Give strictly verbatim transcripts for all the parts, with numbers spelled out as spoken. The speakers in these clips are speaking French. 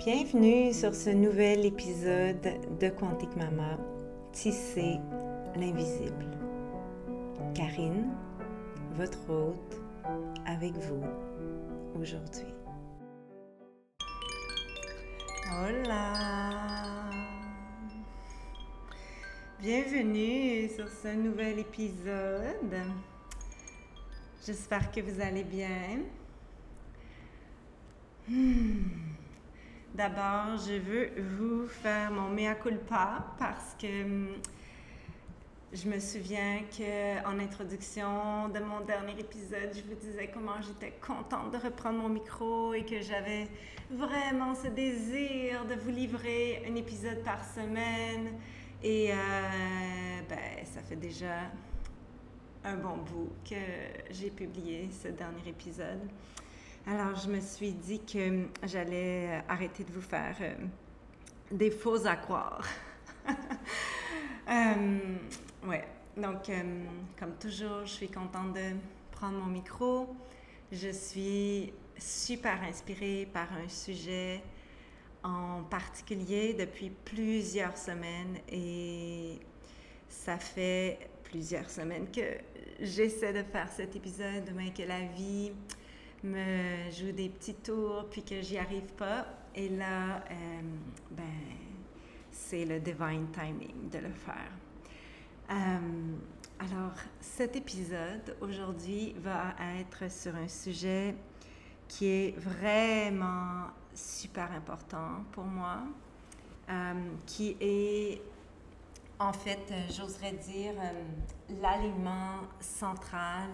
Bienvenue sur ce nouvel épisode de Quantique Mama, Tisser l'invisible. Karine, votre hôte, avec vous aujourd'hui. Hola! Bienvenue sur ce nouvel épisode. J'espère que vous allez bien. Hmm. D'abord, je veux vous faire mon mea culpa parce que hum, je me souviens qu'en introduction de mon dernier épisode, je vous disais comment j'étais contente de reprendre mon micro et que j'avais vraiment ce désir de vous livrer un épisode par semaine. Et euh, ben, ça fait déjà un bon bout que j'ai publié ce dernier épisode. Alors, je me suis dit que j'allais arrêter de vous faire euh, des faux à croire. euh, ouais, donc, euh, comme toujours, je suis contente de prendre mon micro. Je suis super inspirée par un sujet en particulier depuis plusieurs semaines et ça fait plusieurs semaines que j'essaie de faire cet épisode, mais que la vie me joue des petits tours puis que j'y arrive pas. Et là, euh, ben, c'est le divine timing de le faire. Euh, alors, cet épisode aujourd'hui va être sur un sujet qui est vraiment super important pour moi, euh, qui est en fait, j'oserais dire, euh, l'alignement central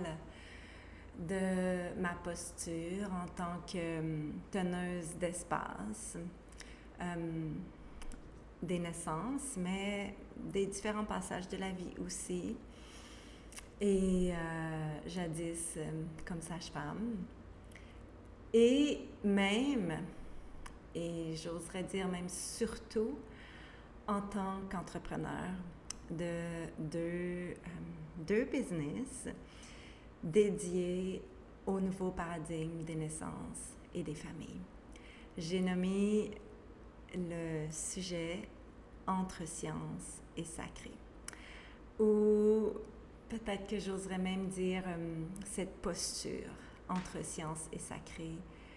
de ma posture en tant que euh, teneuse d'espace, euh, des naissances, mais des différents passages de la vie aussi. Et euh, jadis euh, comme sage-femme. Et même, et j'oserais dire même surtout, en tant qu'entrepreneur de deux, euh, deux business dédiés au nouveau paradigme des naissances et des familles. J'ai nommé le sujet entre science et sacré. Ou peut-être que j'oserais même dire euh, cette posture entre science et sacré.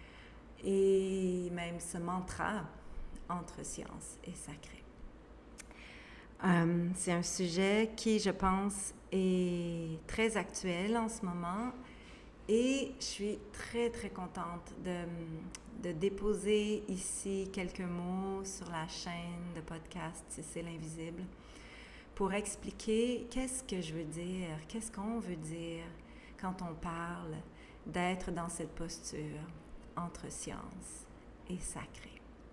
Et même ce mantra entre science et sacré. Euh, c'est un sujet qui, je pense, est très actuel en ce moment et je suis très, très contente de, de déposer ici quelques mots sur la chaîne de podcast Tisser l'invisible pour expliquer qu'est-ce que je veux dire, qu'est-ce qu'on veut dire quand on parle d'être dans cette posture entre science et sacré.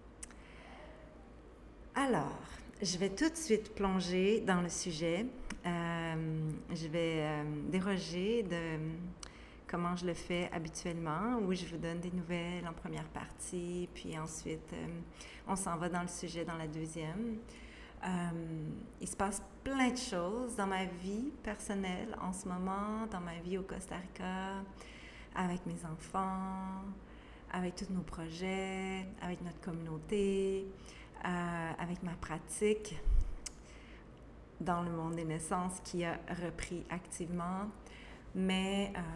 Alors, je vais tout de suite plonger dans le sujet. Euh, je vais euh, déroger de comment je le fais habituellement, où je vous donne des nouvelles en première partie, puis ensuite, euh, on s'en va dans le sujet dans la deuxième. Euh, il se passe plein de choses dans ma vie personnelle en ce moment, dans ma vie au Costa Rica, avec mes enfants, avec tous nos projets, avec notre communauté, euh, avec ma pratique dans le monde des naissances qui a repris activement. Mais euh,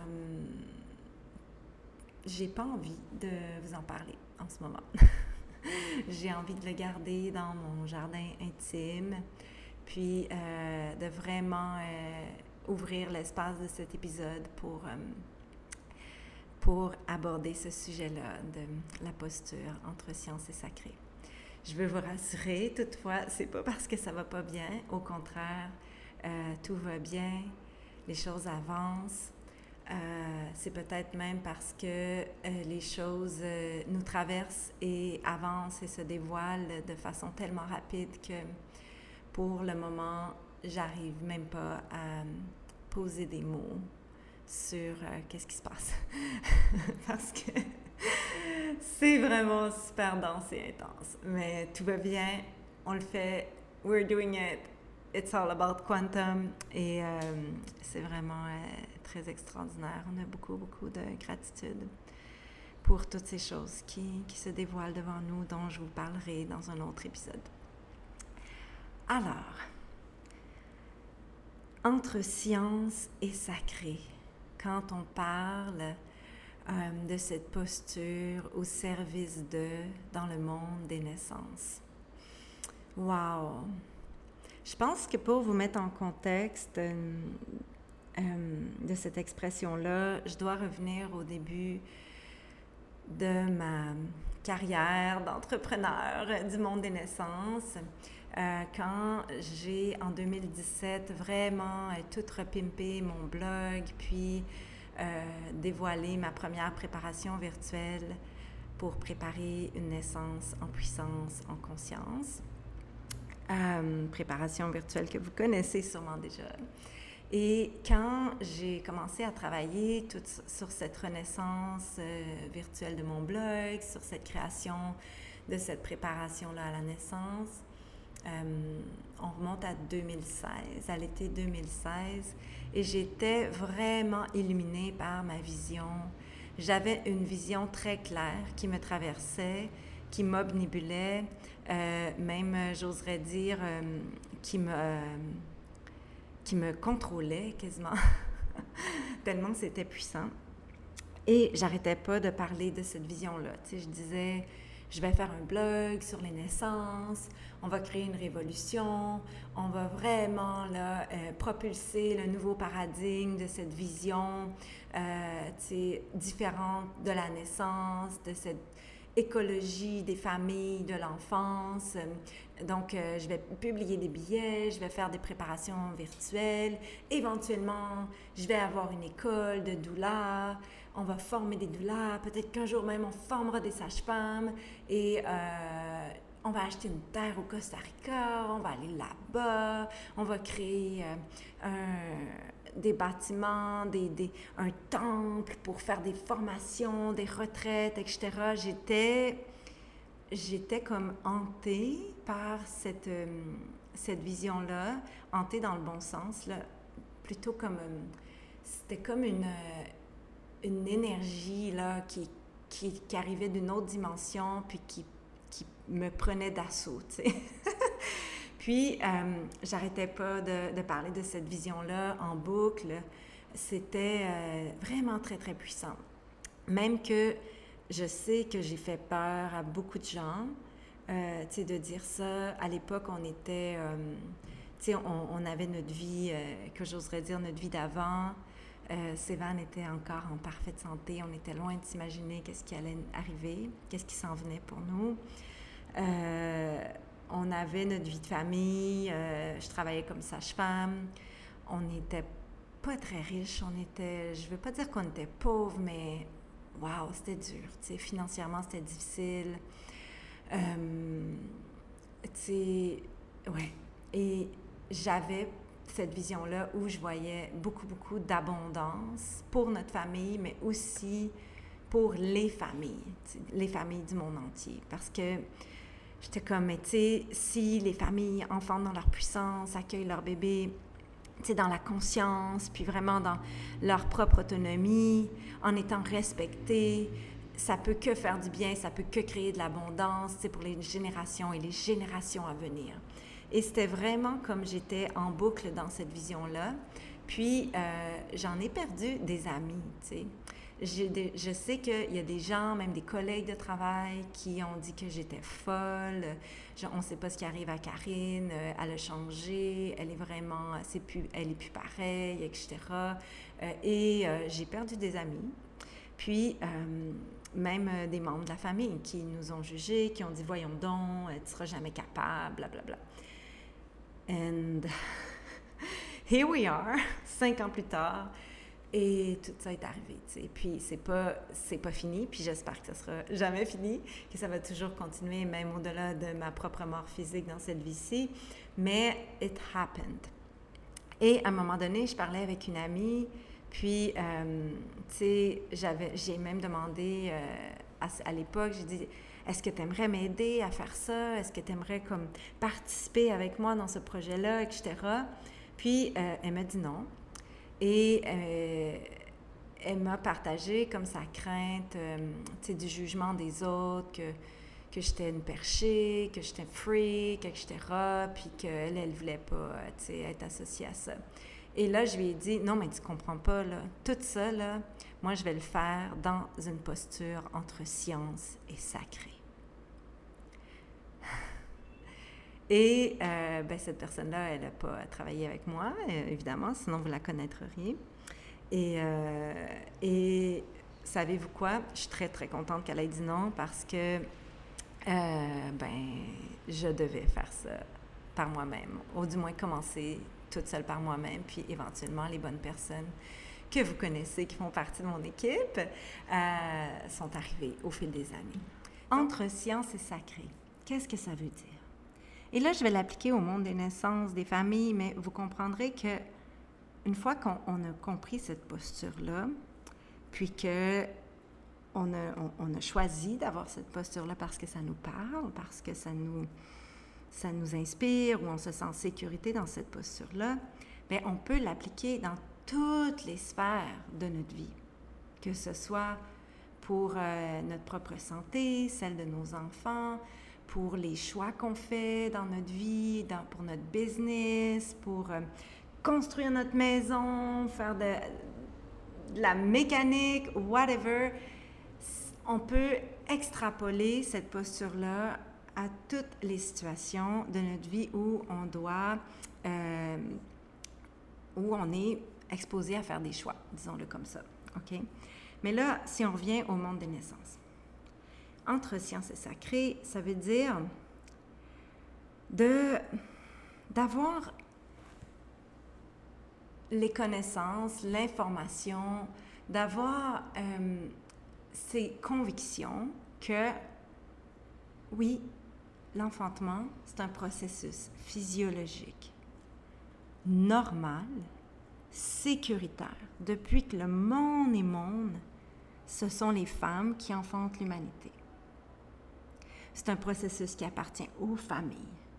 j'ai pas envie de vous en parler en ce moment. J'ai envie de le garder dans mon jardin intime, puis euh, de vraiment euh, ouvrir l'espace de cet épisode pour... Euh, pour aborder ce sujet-là de la posture entre science et sacré. Je veux vous rassurer, toutefois, c'est pas parce que ça va pas bien, au contraire, euh, tout va bien, les choses avancent, euh, c'est peut-être même parce que euh, les choses euh, nous traversent et avancent et se dévoilent de façon tellement rapide que pour le moment, j'arrive même pas à poser des mots sur euh, qu'est-ce qui se passe. Parce que c'est vraiment super dense et intense. Mais tout va bien, on le fait, we're doing it, it's all about quantum. Et euh, c'est vraiment euh, très extraordinaire. On a beaucoup, beaucoup de gratitude pour toutes ces choses qui, qui se dévoilent devant nous, dont je vous parlerai dans un autre épisode. Alors, entre science et sacré, quand on parle euh, de cette posture au service de dans le monde des naissances. Wow! Je pense que pour vous mettre en contexte euh, euh, de cette expression-là, je dois revenir au début de ma carrière d'entrepreneur du monde des naissances. Euh, quand j'ai, en deux mille dix-sept, vraiment euh, tout repimpé mon blog, puis euh, dévoilé ma première préparation virtuelle pour préparer une naissance en puissance, en conscience. Euh, préparation virtuelle que vous connaissez sûrement déjà. Et quand j'ai commencé à travailler tout sur cette renaissance euh, virtuelle de mon blog, sur cette création de cette préparation-là à la naissance, euh, on remonte à deux mille seize, à l'été deux mille seize, et j'étais vraiment illuminée par ma vision. J'avais une vision très claire qui me traversait, qui m'obnubulait, euh, même, j'oserais dire, euh, qui me... Euh, qui me contrôlait quasiment, tellement c'était puissant. Et j'arrêtais pas de parler de cette vision-là. Tu sais, je disais, je vais faire un blog sur les naissances, on va créer une révolution, on va vraiment là, euh, propulser le nouveau paradigme de cette vision euh, tu sais, différente de la naissance, de cette écologie des familles, de l'enfance. Donc, euh, je vais publier des billets, je vais faire des préparations virtuelles. Éventuellement, je vais avoir une école de doula. On va former des doulas. Peut-être qu'un jour même, on formera des sages-femmes. Et euh, on va acheter une terre au Costa Rica. On va aller là-bas. On va créer euh, un... des bâtiments, des, des, un temple pour faire des formations, des retraites, et cetera. J'étais, j'étais comme hantée par cette, euh, cette vision-là, hantée dans le bon sens, là, plutôt comme, euh, c'était comme une, euh, une énergie là, qui, qui, qui arrivait d'une autre dimension, puis qui, qui me prenait d'assaut, tu sais. Puis, euh, j'arrêtais pas de, de parler de cette vision-là en boucle. C'était euh, vraiment très, très puissant. Même que je sais que j'ai fait peur à beaucoup de gens, euh, tu sais, de dire ça. À l'époque, on était, euh, tu sais, on, on avait notre vie, euh, que j'oserais dire notre vie d'avant. Euh, Sévan était encore en parfaite santé. On était loin de s'imaginer qu'est-ce qui allait arriver, qu'est-ce qui s'en venait pour nous. Euh, On avait notre vie de famille, euh, je travaillais comme sage-femme, on n'était pas très riches, on était, je ne veux pas dire qu'on était pauvres, mais waouh, c'était dur, tu sais, financièrement c'était difficile, euh, tu sais, ouais, et j'avais cette vision-là où je voyais beaucoup, beaucoup d'abondance pour notre famille, mais aussi pour les familles, les familles du monde entier, parce que j'étais comme, mais tu sais, si les familles enfantent dans leur puissance, accueillent leur bébé, tu sais, dans la conscience, puis vraiment dans leur propre autonomie, en étant respectées, ça peut que faire du bien, ça peut que créer de l'abondance, tu sais, pour les générations et les générations à venir. Et c'était vraiment comme j'étais en boucle dans cette vision-là. Puis, euh, j'en ai perdu des amis, tu sais. Je, je sais qu'il y a des gens, même des collègues de travail, qui ont dit que j'étais folle. Je, on ne sait pas ce qui arrive à Karine. Euh, elle a changé. Elle est vraiment, c'est plus, elle est plus pareille, et cetera. Euh, et euh, j'ai perdu des amis. Puis, euh, même euh, des membres de la famille qui nous ont jugés, qui ont dit « Voyons donc, tu ne seras jamais capable, blablabla. » And here we are, cinq ans plus tard. Et tout ça est arrivé, tu sais. Puis c'est pas, c'est pas fini, puis j'espère que ça sera jamais fini, que ça va toujours continuer, même au-delà de ma propre mort physique dans cette vie-ci. Mais it happened. Et à un moment donné, je parlais avec une amie, puis, euh, tu sais, j'avais, j'ai même demandé euh, à, à l'époque, j'ai dit, est-ce que tu aimerais m'aider à faire ça? Est-ce que tu aimerais comme participer avec moi dans ce projet-là, et cetera. Puis, euh, elle m'a dit non. Et, euh, elle m'a partagé comme sa crainte, euh, tu sais, du jugement des autres, que, que j'étais une perchée, que j'étais freak, et cetera, puis qu'elle, elle voulait pas, euh, tu sais, être associée à ça. Et là, je lui ai dit, non, mais tu comprends pas, là, tout ça, là, moi, je vais le faire dans une posture entre science et sacré. Et euh, ben, cette personne-là, elle n'a pas travaillé avec moi, euh, évidemment, sinon vous la connaîtriez. Et, euh, et savez-vous quoi? Je suis très, très contente qu'elle ait dit non parce que euh, ben, je devais faire ça par moi-même, ou du moins commencer toute seule par moi-même, puis éventuellement les bonnes personnes que vous connaissez, qui font partie de mon équipe, euh, sont arrivées au fil des années. Entre science et sacré, qu'est-ce que ça veut dire? Et là, je vais l'appliquer au monde des naissances, des familles, mais vous comprendrez que une fois qu'on on a compris cette posture-là, puis que on a, on, on a choisi d'avoir cette posture-là parce que ça nous parle, parce que ça nous, ça nous inspire, ou on se sent en sécurité dans cette posture-là, bien, on peut l'appliquer dans toutes les sphères de notre vie, que ce soit pour euh, notre propre santé, celle de nos enfants, pour les choix qu'on fait dans notre vie, dans, pour notre business, pour euh, construire notre maison, faire de, de la mécanique, whatever. On peut extrapoler cette posture-là à toutes les situations de notre vie où on doit, euh, où on est exposé à faire des choix, disons-le comme ça, OK? Mais là, si on revient au monde des naissances, entre science et sacré, ça veut dire de, d'avoir les connaissances, l'information, d'avoir euh, ces convictions que, oui, l'enfantement, c'est un processus physiologique, normal, sécuritaire. Depuis que le monde est monde, ce sont les femmes qui enfantent l'humanité. C'est un processus qui appartient aux familles.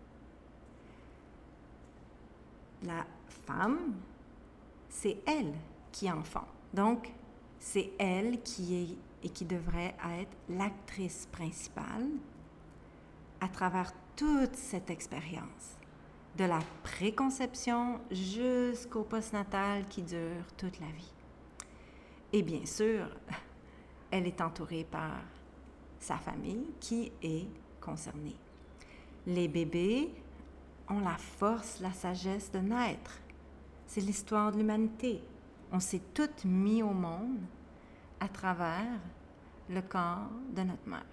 La femme, c'est elle qui enfante. Donc, c'est elle qui est et qui devrait être l'actrice principale à travers toute cette expérience, de la préconception jusqu'au postnatal qui dure toute la vie. Et bien sûr, elle est entourée par sa famille qui est concernée. Les bébés ont la force, la sagesse de naître. C'est l'histoire de l'humanité. On s'est toutes mis au monde à travers le corps de notre mère.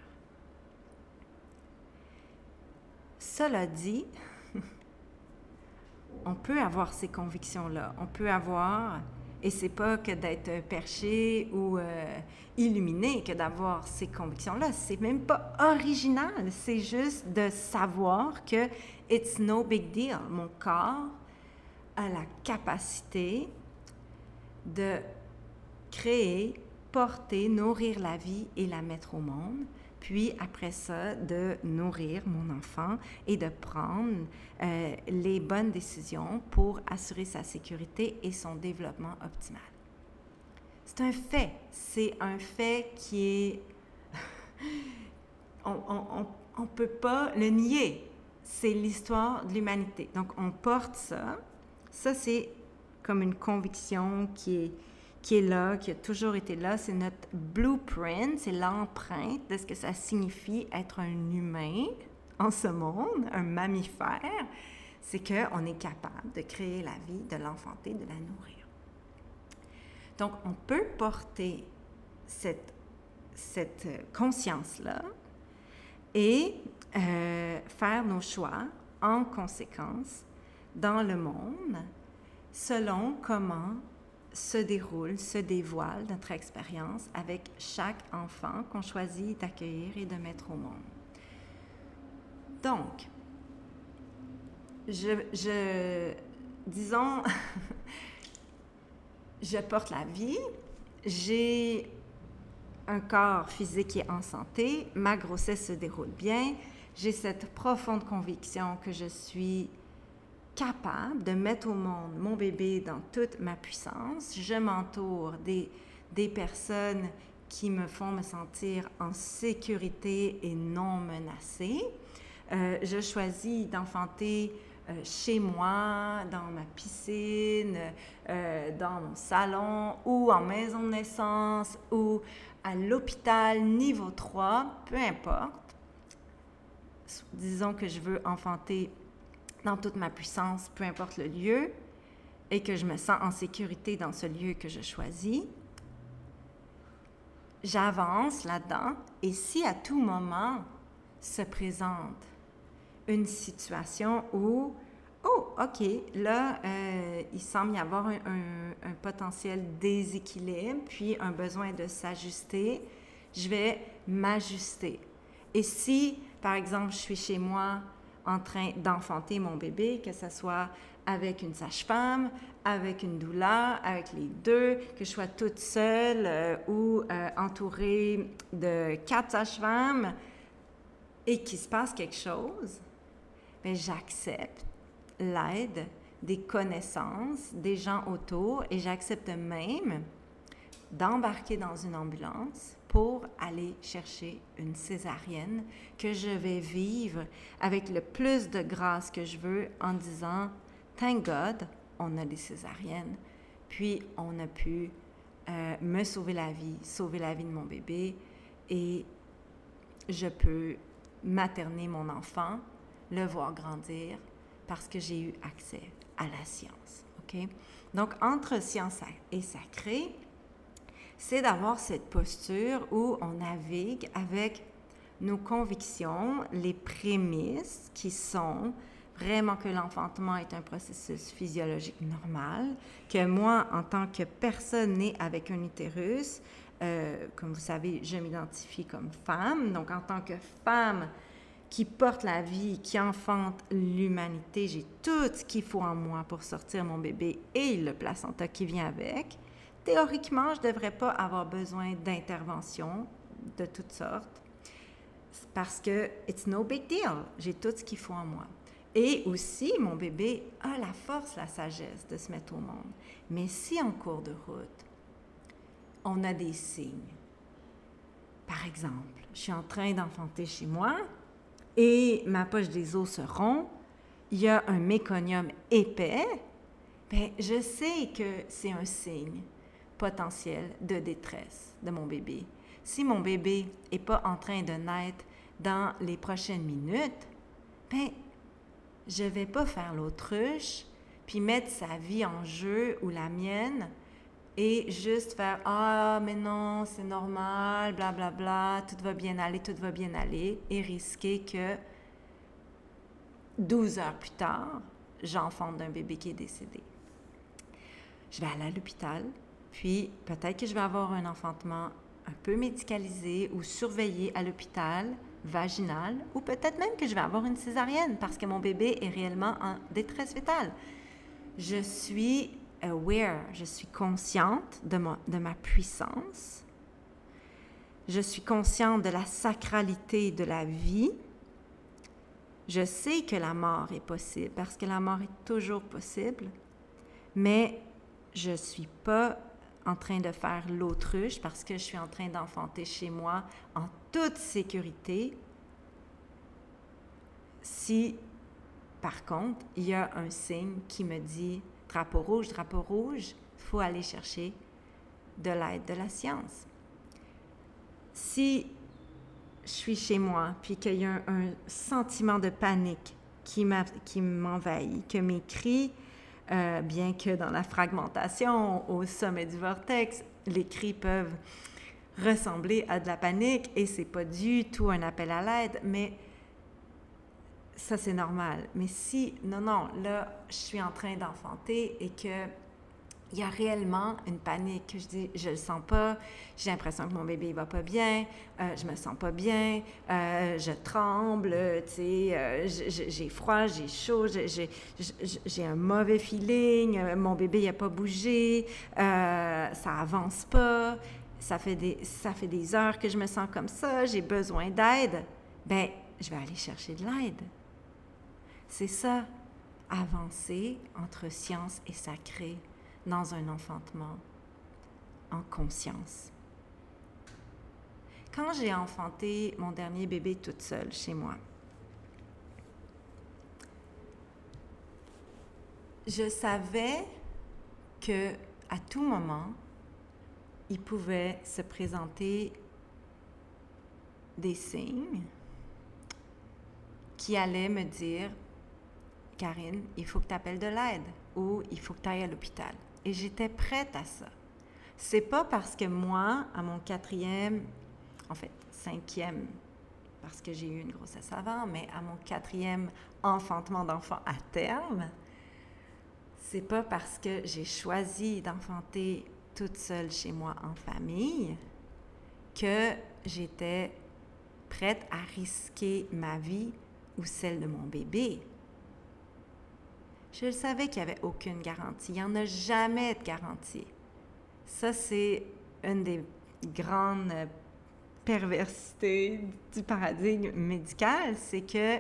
Cela dit, on peut avoir ces convictions-là. On peut avoir... Et c'est pas que d'être perché ou euh, illuminé que d'avoir ces convictions-là. C'est même pas original. C'est juste de savoir que it's no big deal. Mon corps a la capacité de créer, porter, nourrir la vie et la mettre au monde. Puis après ça, de nourrir mon enfant et de prendre euh, les bonnes décisions pour assurer sa sécurité et son développement optimal. C'est un fait. C'est un fait qui est... on ne peut pas le nier. C'est l'histoire de l'humanité. Donc, on porte ça. Ça, c'est comme une conviction qui est... qui est là, qui a toujours été là. C'est notre blueprint, c'est l'empreinte de ce que ça signifie être un humain en ce monde, un mammifère. C'est qu'on est capable de créer la vie, de l'enfanter, de la nourrir. Donc, on peut porter cette, cette conscience-là et euh, faire nos choix en conséquence dans le monde selon comment se déroule, se dévoile notre expérience avec chaque enfant qu'on choisit d'accueillir et de mettre au monde. Donc, je, je disons, je porte la vie, j'ai un corps physique qui est en santé, ma grossesse se déroule bien, j'ai cette profonde conviction que je suis capable de mettre au monde mon bébé dans toute ma puissance. Je m'entoure des, des personnes qui me font me sentir en sécurité et non menacée. Euh, je choisis d'enfanter euh, chez moi, dans ma piscine, euh, dans mon salon ou en maison de naissance ou à l'hôpital niveau trois, peu importe. Disons que je veux enfanter dans toute ma puissance, peu importe le lieu, et que je me sens en sécurité dans ce lieu que je choisis. J'avance là-dedans et si à tout moment se présente une situation où, oh, OK, là, euh, il semble y avoir un, un, un potentiel déséquilibre, puis un besoin de s'ajuster, je vais m'ajuster. Et si, par exemple, je suis chez moi en train d'enfanter mon bébé, que ce soit avec une sage-femme, avec une doula, avec les deux, que je sois toute seule euh, ou euh, entourée de quatre sages-femmes et qu'il se passe quelque chose, bien, j'accepte l'aide des connaissances, des gens autour et j'accepte même d'embarquer dans une ambulance pour aller chercher une césarienne que je vais vivre avec le plus de grâce que je veux en disant « Thank God, on a des césariennes, puis on a pu euh, me sauver la vie, sauver la vie de mon bébé et je peux materner mon enfant, le voir grandir parce que j'ai eu accès à la science. Okay? Donc, entre science et sacré, c'est d'avoir cette posture où on navigue avec nos convictions, les prémices qui sont vraiment que l'enfantement est un processus physiologique normal, que moi, en tant que personne née avec un utérus, euh, comme vous savez, je m'identifie comme femme, donc en tant que femme qui porte la vie, qui enfante l'humanité, j'ai tout ce qu'il faut en moi pour sortir mon bébé et le placenta qui vient avec. Théoriquement, je ne devrais pas avoir besoin d'intervention de toutes sortes parce que it's no big deal. J'ai tout ce qu'il faut en moi. Et aussi, mon bébé a la force, la sagesse de se mettre au monde. Mais si en cours de route, on a des signes, par exemple, je suis en train d'enfanter chez moi et ma poche des os se rompt, il y a un méconium épais, bien, je sais que c'est un signe potentiel de détresse de mon bébé. Si mon bébé n'est pas en train de naître dans les prochaines minutes, bien, je ne vais pas faire l'autruche puis mettre sa vie en jeu ou la mienne et juste faire « Ah, mais non, c'est normal, blablabla, bla, bla, tout va bien aller, tout va bien aller » et risquer que douze heures plus tard, j'enfante d'un bébé qui est décédé. Je vais aller à l'hôpital, puis peut-être que je vais avoir un enfantement un peu médicalisé ou surveillé à l'hôpital, vaginal, ou peut-être même que je vais avoir une césarienne parce que mon bébé est réellement en détresse fétale. Je suis aware, je suis consciente de ma, de ma puissance. Je suis consciente de la sacralité de la vie. Je sais que la mort est possible parce que la mort est toujours possible, mais je ne suis pas en train de faire l'autruche parce que je suis en train d'enfanter chez moi en toute sécurité. Si, par contre, il y a un signe qui me dit « drapeau rouge, drapeau rouge », il faut aller chercher de l'aide de la science. Si je suis chez moi puis qu'il y a un, un sentiment de panique qui, m'a, qui m'envahit, que mes cris, Euh, bien que dans la fragmentation, au sommet du vortex, les cris peuvent ressembler à de la panique et c'est pas du tout un appel à l'aide, mais ça c'est normal. Mais si, non, non, là, je suis en train d'enfanter et que il y a réellement une panique, que je dis, je le sens pas, j'ai l'impression que mon bébé il va pas bien, euh, je me sens pas bien, euh, je tremble, tu sais, euh, j'ai froid, j'ai chaud, j'ai, j'ai, j'ai un mauvais feeling, euh, mon bébé il a pas bougé, euh, ça avance pas, ça fait des, ça fait des heures que je me sens comme ça, j'ai besoin d'aide, ben je vais aller chercher de l'aide. C'est ça, avancer entre science et sacré dans un enfantement, en conscience. Quand j'ai enfanté mon dernier bébé toute seule chez moi, je savais que à tout moment, il pouvait se présenter des signes qui allaient me dire « Karine, il faut que tu appelles de l'aide » ou « il faut que tu ailles à l'hôpital ». Et j'étais prête à ça. C'est pas parce que moi, à mon quatrième, en fait, cinquième, parce que j'ai eu une grossesse avant, mais à mon quatrième enfantement d'enfant à terme, c'est pas parce que j'ai choisi d'enfanter toute seule chez moi en famille que j'étais prête à risquer ma vie ou celle de mon bébé. Je savais qu'il n'y avait aucune garantie. Il n'y en a jamais de garantie. Ça, c'est une des grandes perversités du paradigme médical, c'est que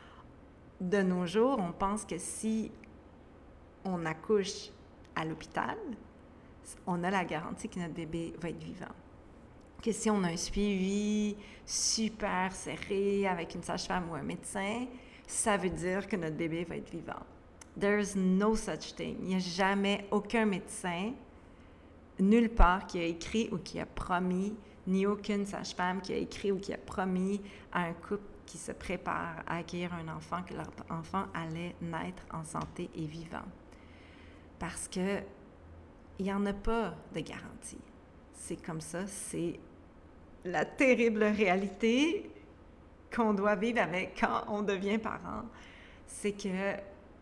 de nos jours, on pense que si on accouche à l'hôpital, on a la garantie que notre bébé va être vivant. Que si on a un suivi super serré avec une sage-femme ou un médecin, ça veut dire que notre bébé va être vivant. There's no such thing. Il n'y a jamais aucun médecin, nulle part, qui a écrit ou qui a promis, ni aucune sage-femme qui a écrit ou qui a promis à un couple qui se prépare à accueillir un enfant que leur enfant allait naître en santé et vivant. Parce que il n'y en a pas de garantie. C'est comme ça, c'est la terrible réalité qu'on doit vivre avec quand on devient parent. C'est que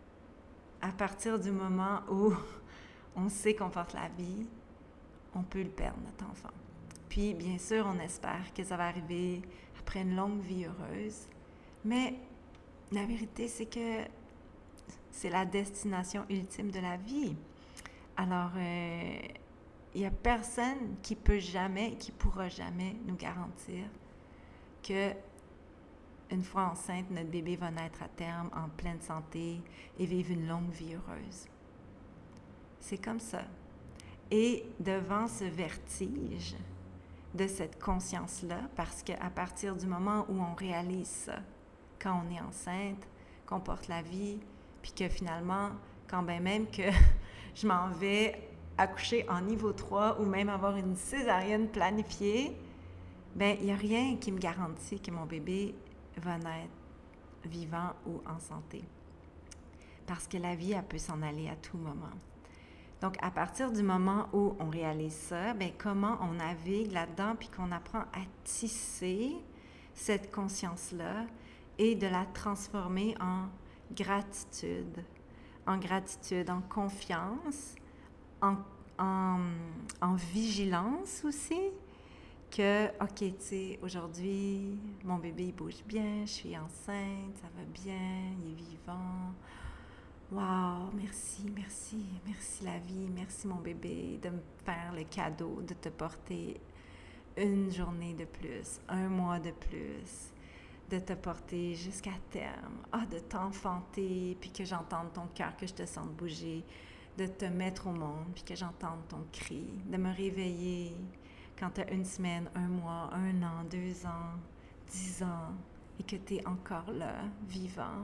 à partir du moment où on sait qu'on porte la vie, on peut le perdre, notre enfant. Puis, bien sûr, on espère que ça va arriver après une longue vie heureuse, mais la vérité, c'est que c'est la destination ultime de la vie. Alors, euh, il n'y a personne qui peut jamais, qui pourra jamais nous garantir que une fois enceinte, notre bébé va naître à terme en pleine santé et vivre une longue vie heureuse. C'est comme ça. Et devant ce vertige de cette conscience-là, parce qu'à partir du moment où on réalise ça, quand on est enceinte, qu'on porte la vie, puis que finalement, quand bien même que je m'en vais accoucher en niveau trois ou même avoir une césarienne planifiée, bien, il n'y a rien qui me garantit que mon bébé va naître vivant ou en santé. Parce que la vie, elle peut s'en aller à tout moment. Donc, à partir du moment où on réalise ça, bien, comment on navigue là-dedans puis qu'on apprend à tisser cette conscience-là et de la transformer en gratitude, en gratitude, en confiance, en, en, en vigilance aussi, que, OK, tu sais, aujourd'hui, mon bébé, il bouge bien, je suis enceinte, ça va bien, il est vivant. Wow, merci, merci, merci la vie, merci mon bébé de me faire le cadeau de te porter une journée de plus, un mois de plus, de te porter jusqu'à terme, ah, de t'enfanter, puis que j'entende ton cœur, que je te sente bouger, de te mettre au monde, puis que j'entende ton cri, de me réveiller quand tu as une semaine, un mois, un an, deux ans, dix ans, et que tu es encore là, vivant.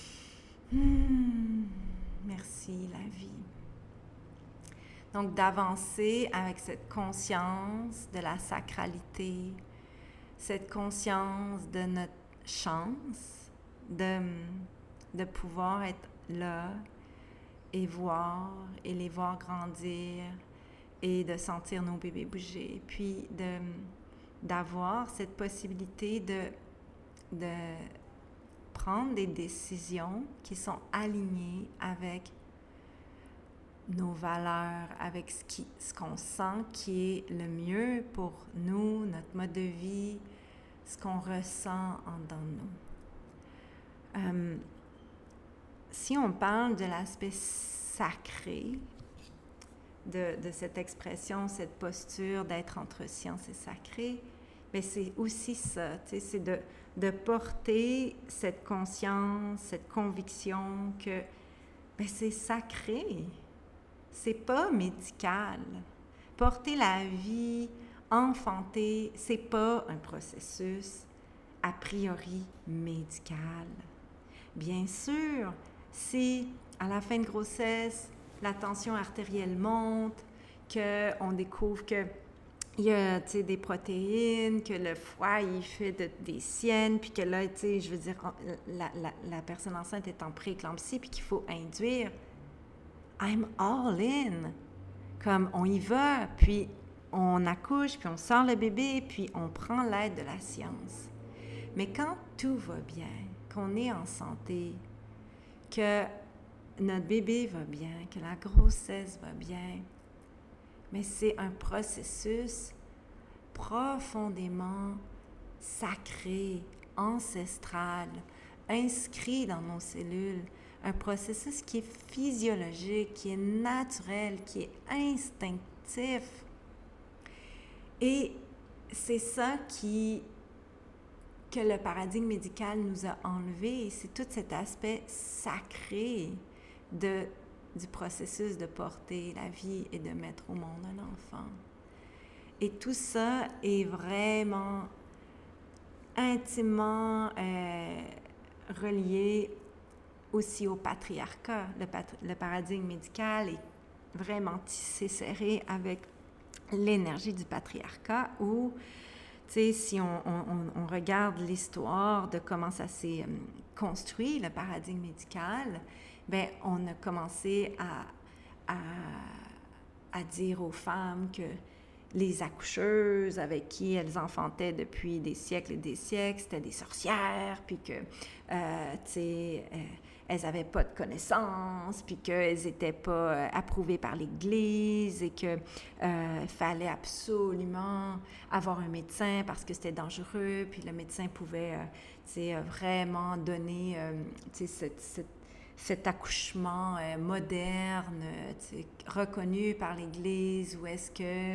Hmm, merci la vie. Donc d'avancer avec cette conscience de la sacralité, cette conscience de notre chance, de, de pouvoir être là et voir, et les voir grandir, et de sentir nos bébés bouger, puis de, d'avoir cette possibilité de, de prendre des décisions qui sont alignées avec nos valeurs, avec ce, qui, ce qu'on sent qui est le mieux pour nous, notre mode de vie, ce qu'on ressent en dedans de nous. Euh, si on parle de l'aspect sacré, de, de cette expression, cette posture d'être entre science et sacré, bien c'est aussi ça, tu sais, c'est de, de porter cette conscience, cette conviction que bien c'est sacré, c'est pas médical. porter la vie, enfanter, c'est pas un processus a priori médical. Bien sûr, si à la fin de grossesse, la tension artérielle monte, qu'on découvre que il y a des protéines, que le foie il fait de, des siennes, puis que là, je veux dire, la, la, la personne enceinte est en pré-éclampsie, puis qu'il faut induire. I'm all in. Comme on y va, puis on accouche, puis on sort le bébé, puis on prend l'aide de la science. Mais quand tout va bien, qu'on est en santé, que notre bébé va bien, que la grossesse va bien, mais c'est un processus profondément sacré, ancestral, inscrit dans nos cellules, un processus qui est physiologique, qui est naturel, qui est instinctif. Et c'est ça qui, que le paradigme médical nous a enlevé, c'est tout cet aspect sacré de du processus de porter la vie et de mettre au monde un enfant. Et tout ça est vraiment intimement euh, relié aussi au patriarcat. Le, pat- le paradigme médical est vraiment tissé serré avec l'énergie du patriarcat où, tu sais, si on, on, on regarde l'histoire de comment ça s'est euh, construit, le paradigme médical, bien, on a commencé à, à, à dire aux femmes que les accoucheuses avec qui elles enfantaient depuis des siècles et des siècles, c'était des sorcières, puis que, euh, tu sais, euh, elles n'avaient pas de connaissances, puis qu'elles n'étaient pas euh, approuvées par l'Église et qu'il euh, fallait absolument avoir un médecin parce que c'était dangereux, puis le médecin pouvait, euh, tu sais, vraiment donner, euh, tu sais, cette, cette cet accouchement euh, moderne, euh, reconnu par l'Église, où est-ce que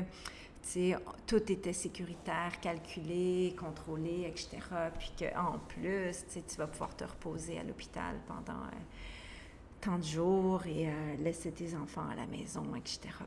tout était sécuritaire, calculé, contrôlé, et cetera. Puis qu'en plus, tu vas pouvoir te reposer à l'hôpital pendant euh, tant de jours et euh, laisser tes enfants à la maison, et cetera.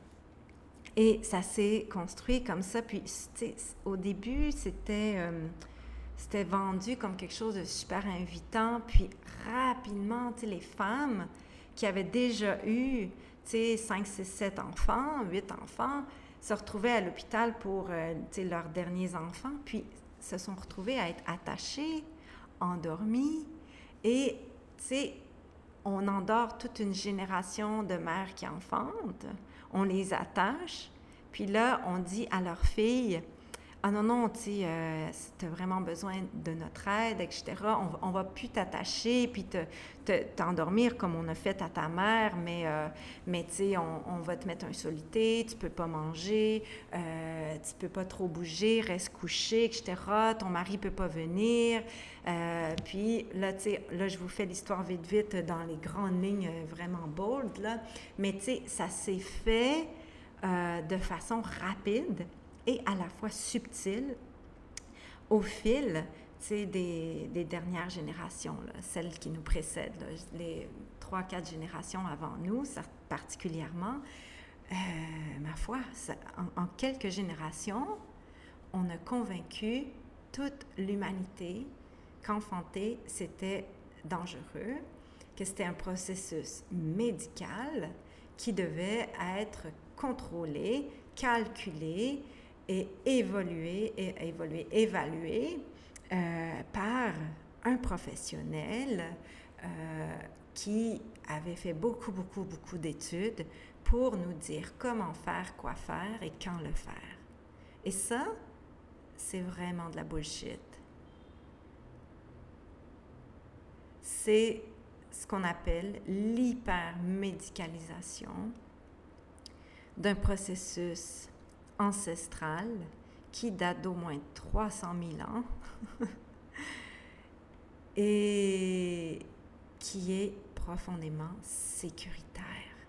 Et ça s'est construit comme ça. Puis au début, c'était... Euh, C'était vendu comme quelque chose de super invitant, puis rapidement, tu sais, les femmes qui avaient déjà eu, tu sais, cinq, six, sept enfants, huit enfants, se retrouvaient à l'hôpital pour, euh, tu sais, leurs derniers enfants, puis se sont retrouvées à être attachées, endormies, et, tu sais, on endort toute une génération de mères qui enfantent, on les attache, puis là, on dit à leurs filles... Ah non, non, tu sais, euh, si tu as vraiment besoin de notre aide, et cetera, on, on va plus t'attacher puis te, te, t'endormir comme on a fait à ta mère, mais, euh, mais tu sais, on, on va te mettre un soluté, tu peux pas manger, euh, tu peux pas trop bouger, reste couché, et cetera. Ton mari peut pas venir. Euh, puis là, tu sais, là, je vous fais l'histoire vite, vite dans les grandes lignes vraiment bold, là. Mais tu sais, ça s'est fait euh, de façon rapide et à la fois subtile au fil des, des dernières générations, là, celles qui nous précèdent, là, les trois, quatre générations avant nous, ça, particulièrement. Euh, ma foi, ça, en, en quelques générations, on a convaincu toute l'humanité qu'enfanter, c'était dangereux, que c'était un processus médical qui devait être contrôlé, calculé, et évolué, et évolué, évalué euh, par un professionnel euh, qui avait fait beaucoup, beaucoup, beaucoup d'études pour nous dire comment faire, quoi faire et quand le faire. Et ça, c'est vraiment de la bullshit. C'est ce qu'on appelle l'hypermédicalisation d'un processus ancestral qui date d'au moins trois cent mille ans et qui est profondément sécuritaire.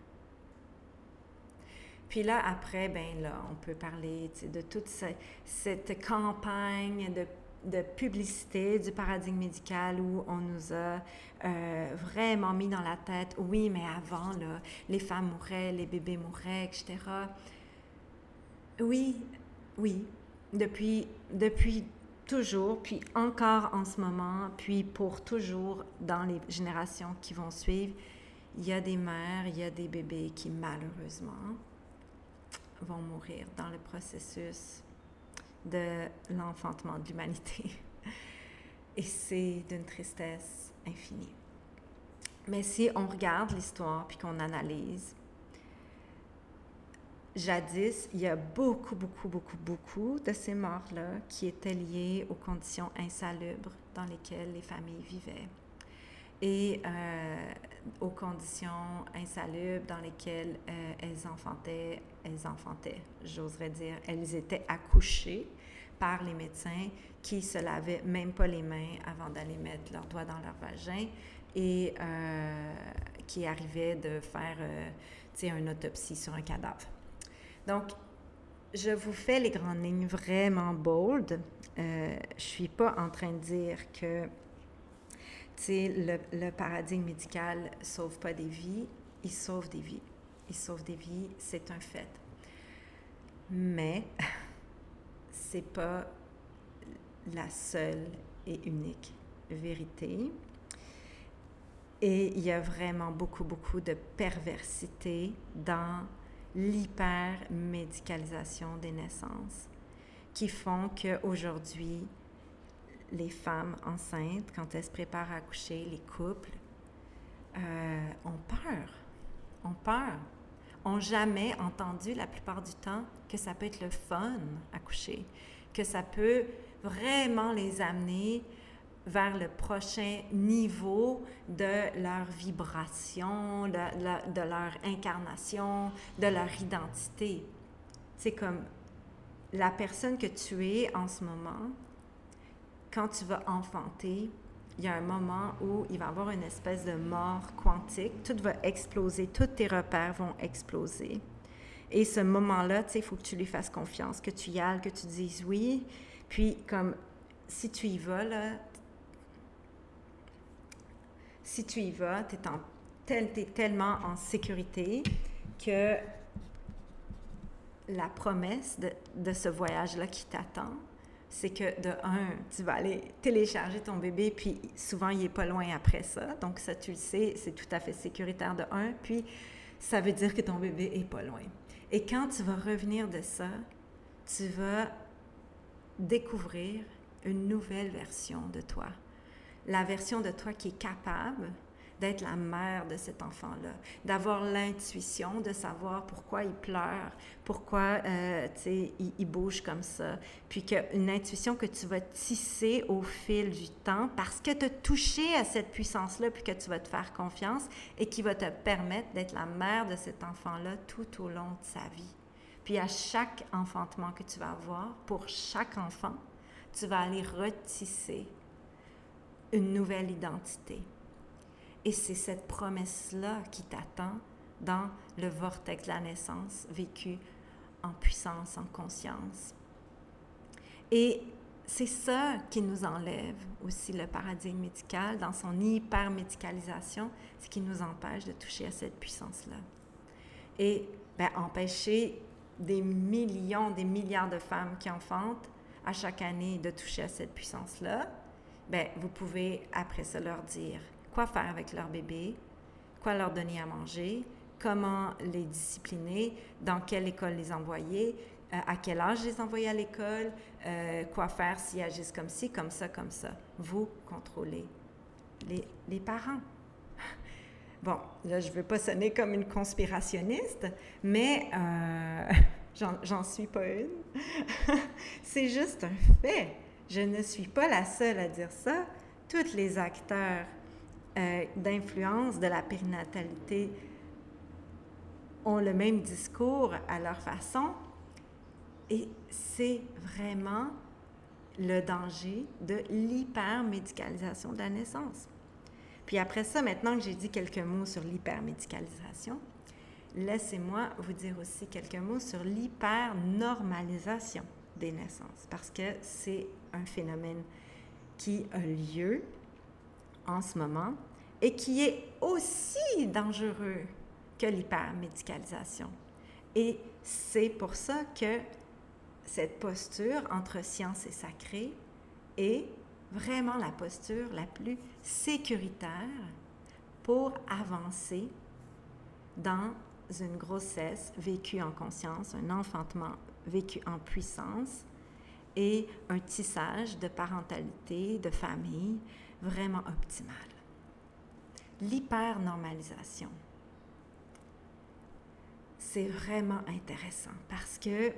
Puis là, après, ben là, on peut parler de toute ce, cette campagne de, de publicité du paradigme médical où on nous a euh, vraiment mis dans la tête, oui, mais avant, là, les femmes mouraient, les bébés mouraient, et cetera. Oui, oui, depuis, depuis toujours, puis encore en ce moment, puis pour toujours dans les générations qui vont suivre, il y a des mères, il y a des bébés qui malheureusement vont mourir dans le processus de l'enfantement de l'humanité. Et c'est d'une tristesse infinie. Mais si on regarde l'histoire puis qu'on analyse, jadis, il y a beaucoup, beaucoup, beaucoup, beaucoup de ces morts-là qui étaient liées aux conditions insalubres dans lesquelles les familles vivaient et euh, aux conditions insalubres dans lesquelles euh, elles enfantaient, elles enfantaient, j'oserais dire, elles étaient accouchées par les médecins qui ne se lavaient même pas les mains avant d'aller mettre leurs doigts dans leur vagin et euh, qui arrivaient de faire euh, une autopsie sur un cadavre. Donc, je vous fais les grandes lignes vraiment bold. Euh, je ne suis pas en train de dire que le, le paradigme médical ne sauve pas des vies. Il sauve des vies. Il sauve des vies, c'est un fait. Mais ce n'est pas la seule et unique vérité. Et il y a vraiment beaucoup, beaucoup de perversité dans l'hypermédicalisation des naissances qui font qu'aujourd'hui, les femmes enceintes, quand elles se préparent à accoucher, les couples, euh, ont peur. Ont peur. Ont jamais entendu, la plupart du temps, que ça peut être le fun accoucher, que ça peut vraiment les amener vers le prochain niveau de leur vibration, de, de, de leur incarnation, de leur identité. C'est comme la personne que tu es en ce moment, quand tu vas enfanter, il y a un moment où il va y avoir une espèce de mort quantique, tout va exploser, tous tes repères vont exploser. Et ce moment-là, tu sais, il faut que tu lui fasses confiance, que tu y ailles, que tu dises oui. Puis, comme, si tu y vas, là, si tu y vas, tu es, tel, t'es tellement en sécurité que la promesse de, de ce voyage-là qui t'attend, c'est que de un, tu vas aller télécharger ton bébé, puis souvent, il n'est pas loin après ça. Donc, ça, tu le sais, c'est tout à fait sécuritaire de un. Puis, ça veut dire que ton bébé n'est pas loin. Et quand tu vas revenir de ça, tu vas découvrir une nouvelle version de toi. La version de toi qui est capable d'être la mère de cet enfant-là, d'avoir l'intuition de savoir pourquoi il pleure, pourquoi euh, tu sais, il, il bouge comme ça, puis qu'une intuition que tu vas tisser au fil du temps parce que tu as touché à cette puissance-là, puis que tu vas te faire confiance et qui va te permettre d'être la mère de cet enfant-là tout au long de sa vie. Puis à chaque enfantement que tu vas avoir, pour chaque enfant, tu vas aller retisser une nouvelle identité. Et c'est cette promesse-là qui t'attend dans le vortex de la naissance vécu en puissance, en conscience. Et c'est ça qui nous enlève aussi le paradigme médical dans son hyper-médicalisation, ce qui nous empêche de toucher à cette puissance-là. Et ben, empêcher des millions, des milliards de femmes qui enfantent à chaque année de toucher à cette puissance-là, ben, vous pouvez après ça leur dire quoi faire avec leur bébé, quoi leur donner à manger, comment les discipliner, dans quelle école les envoyer, euh, à quel âge les envoyer à l'école, euh, quoi faire s'ils agissent comme ci, comme ça, comme ça. Vous contrôlez les, les parents. Bon, là, je ne veux pas sonner comme une conspirationniste, mais euh, j'en, j'en suis pas une. C'est juste un fait. Je ne suis pas la seule à dire ça. Tous les acteurs euh, d'influence de la périnatalité ont le même discours à leur façon. Et c'est vraiment le danger de l'hypermédicalisation de la naissance. Puis après ça, maintenant que j'ai dit quelques mots sur l'hypermédicalisation, laissez-moi vous dire aussi quelques mots sur l'hypernormalisation des naissances, parce que c'est un phénomène qui a lieu en ce moment et qui est aussi dangereux que l'hypermédicalisation. Et c'est pour ça que cette posture entre science et sacré est vraiment la posture la plus sécuritaire pour avancer dans une grossesse vécue en conscience, un enfantement vécu en puissance et un tissage de parentalité, de famille vraiment optimal. L'hypernormalisation, c'est vraiment intéressant parce que,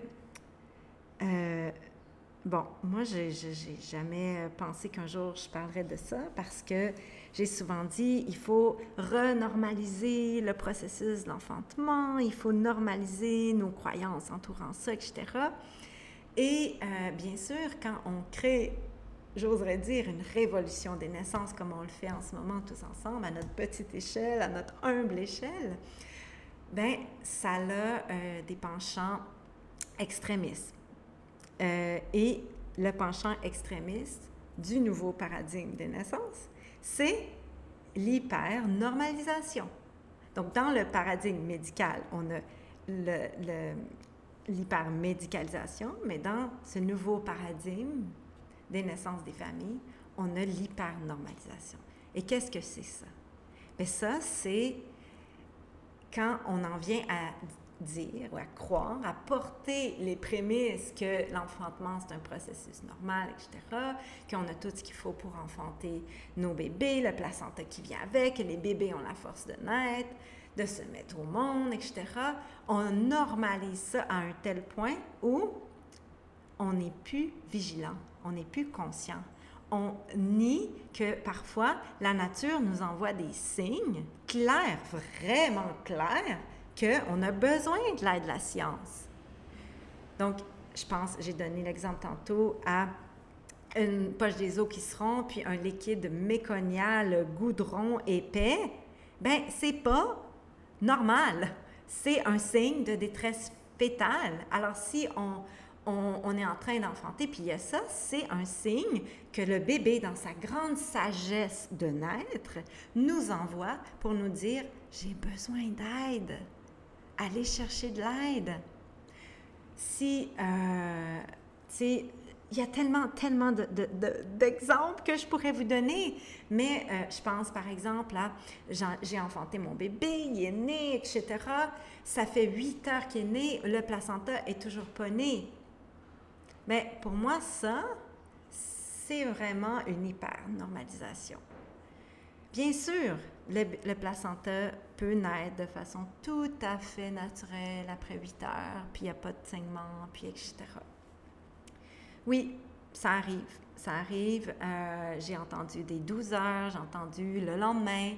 euh, bon, moi, je n'ai jamais pensé qu'un jour je parlerais de ça parce que j'ai souvent dit il faut renormaliser le processus de l'enfantement, il faut normaliser nos croyances entourant ça, et cetera. Et euh, bien sûr, quand on crée, j'oserais dire, une révolution des naissances comme on le fait en ce moment tous ensemble, à notre petite échelle, à notre humble échelle, bien, ça a euh, des penchants extrémistes. Euh, et le penchant extrémiste du nouveau paradigme des naissances, c'est l'hyper-normalisation. Donc, dans le paradigme médical, on a le, le, l'hypermédicalisation, mais dans ce nouveau paradigme des naissances des familles, on a l'hyper-normalisation. Et qu'est-ce que c'est ça? Bien, ça, c'est quand on en vient à dire ou à croire, à porter les prémices que l'enfantement, c'est un processus normal, et cetera, qu'on a tout ce qu'il faut pour enfanter nos bébés, le placenta qui vient avec, que les bébés ont la force de naître, de se mettre au monde, et cetera. On normalise ça à un tel point où on n'est plus vigilant, on n'est plus conscient. On nie que parfois la nature nous envoie des signes clairs, vraiment clairs, qu'on a besoin de l'aide de la science. Donc, je pense, j'ai donné l'exemple tantôt à une poche des os qui se rompt, puis un liquide méconial, goudron épais. Bien, c'est pas normal. C'est un signe de détresse fétale. Alors, si on, on, on est en train d'enfanter, puis il y a ça, c'est un signe que le bébé, dans sa grande sagesse de naître, nous envoie pour nous dire « j'ai besoin d'aide ». Aller chercher de l'aide. Si, euh, tu sais, il y a tellement, tellement de, de, de, d'exemples que je pourrais vous donner, mais euh, je pense par exemple à, j'ai enfanté mon bébé, il est né, et cetera. Ça fait huit heures qu'il est né, le placenta est toujours pas né. Mais pour moi, ça, c'est vraiment une hyper-normalisation. Bien sûr, le, le placenta peut naître de façon tout à fait naturelle après huit heures, puis il n'y a pas de saignement, puis et cetera. Oui, ça arrive. Ça arrive. Euh, j'ai entendu des douze heures, j'ai entendu le lendemain.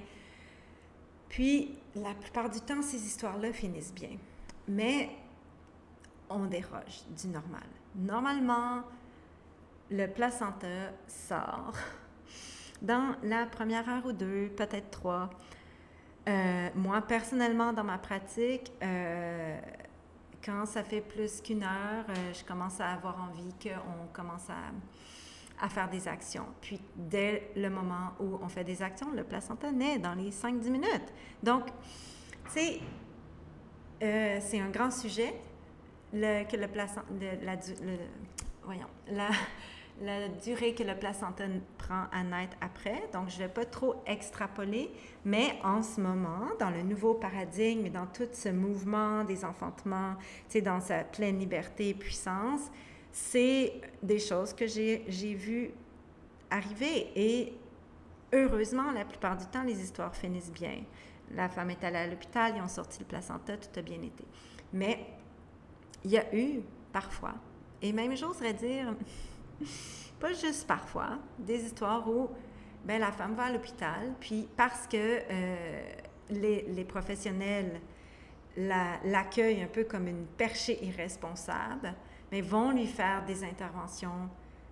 Puis, la plupart du temps, ces histoires-là finissent bien. Mais on déroge du normal. Normalement, le placenta sort dans la première heure ou deux, peut-être trois. Euh, moi, personnellement, dans ma pratique, euh, quand ça fait plus qu'une heure, euh, je commence à avoir envie qu'on commence à, à faire des actions. Puis, dès le moment où on fait des actions, le placenta naît dans les cinq à dix minutes. Donc, tu sais, euh, c'est un grand sujet, le, que le placenta, le, la, le, voyons, la... la durée que le placenta prend à naître après. Donc, je ne vais pas trop extrapoler, mais en ce moment, dans le nouveau paradigme et dans tout ce mouvement des enfantements, tu sais, dans sa pleine liberté et puissance, c'est des choses que j'ai, j'ai vues arriver. Et heureusement, la plupart du temps, les histoires finissent bien. La femme est allée à l'hôpital, ils ont sorti le placenta, tout a bien été. Mais il y a eu, parfois, et même j'oserais dire... pas juste parfois, des histoires où ben, la femme va à l'hôpital, puis parce que euh, les, les professionnels la, l'accueillent un peu comme une perchée irresponsable, mais vont lui faire des interventions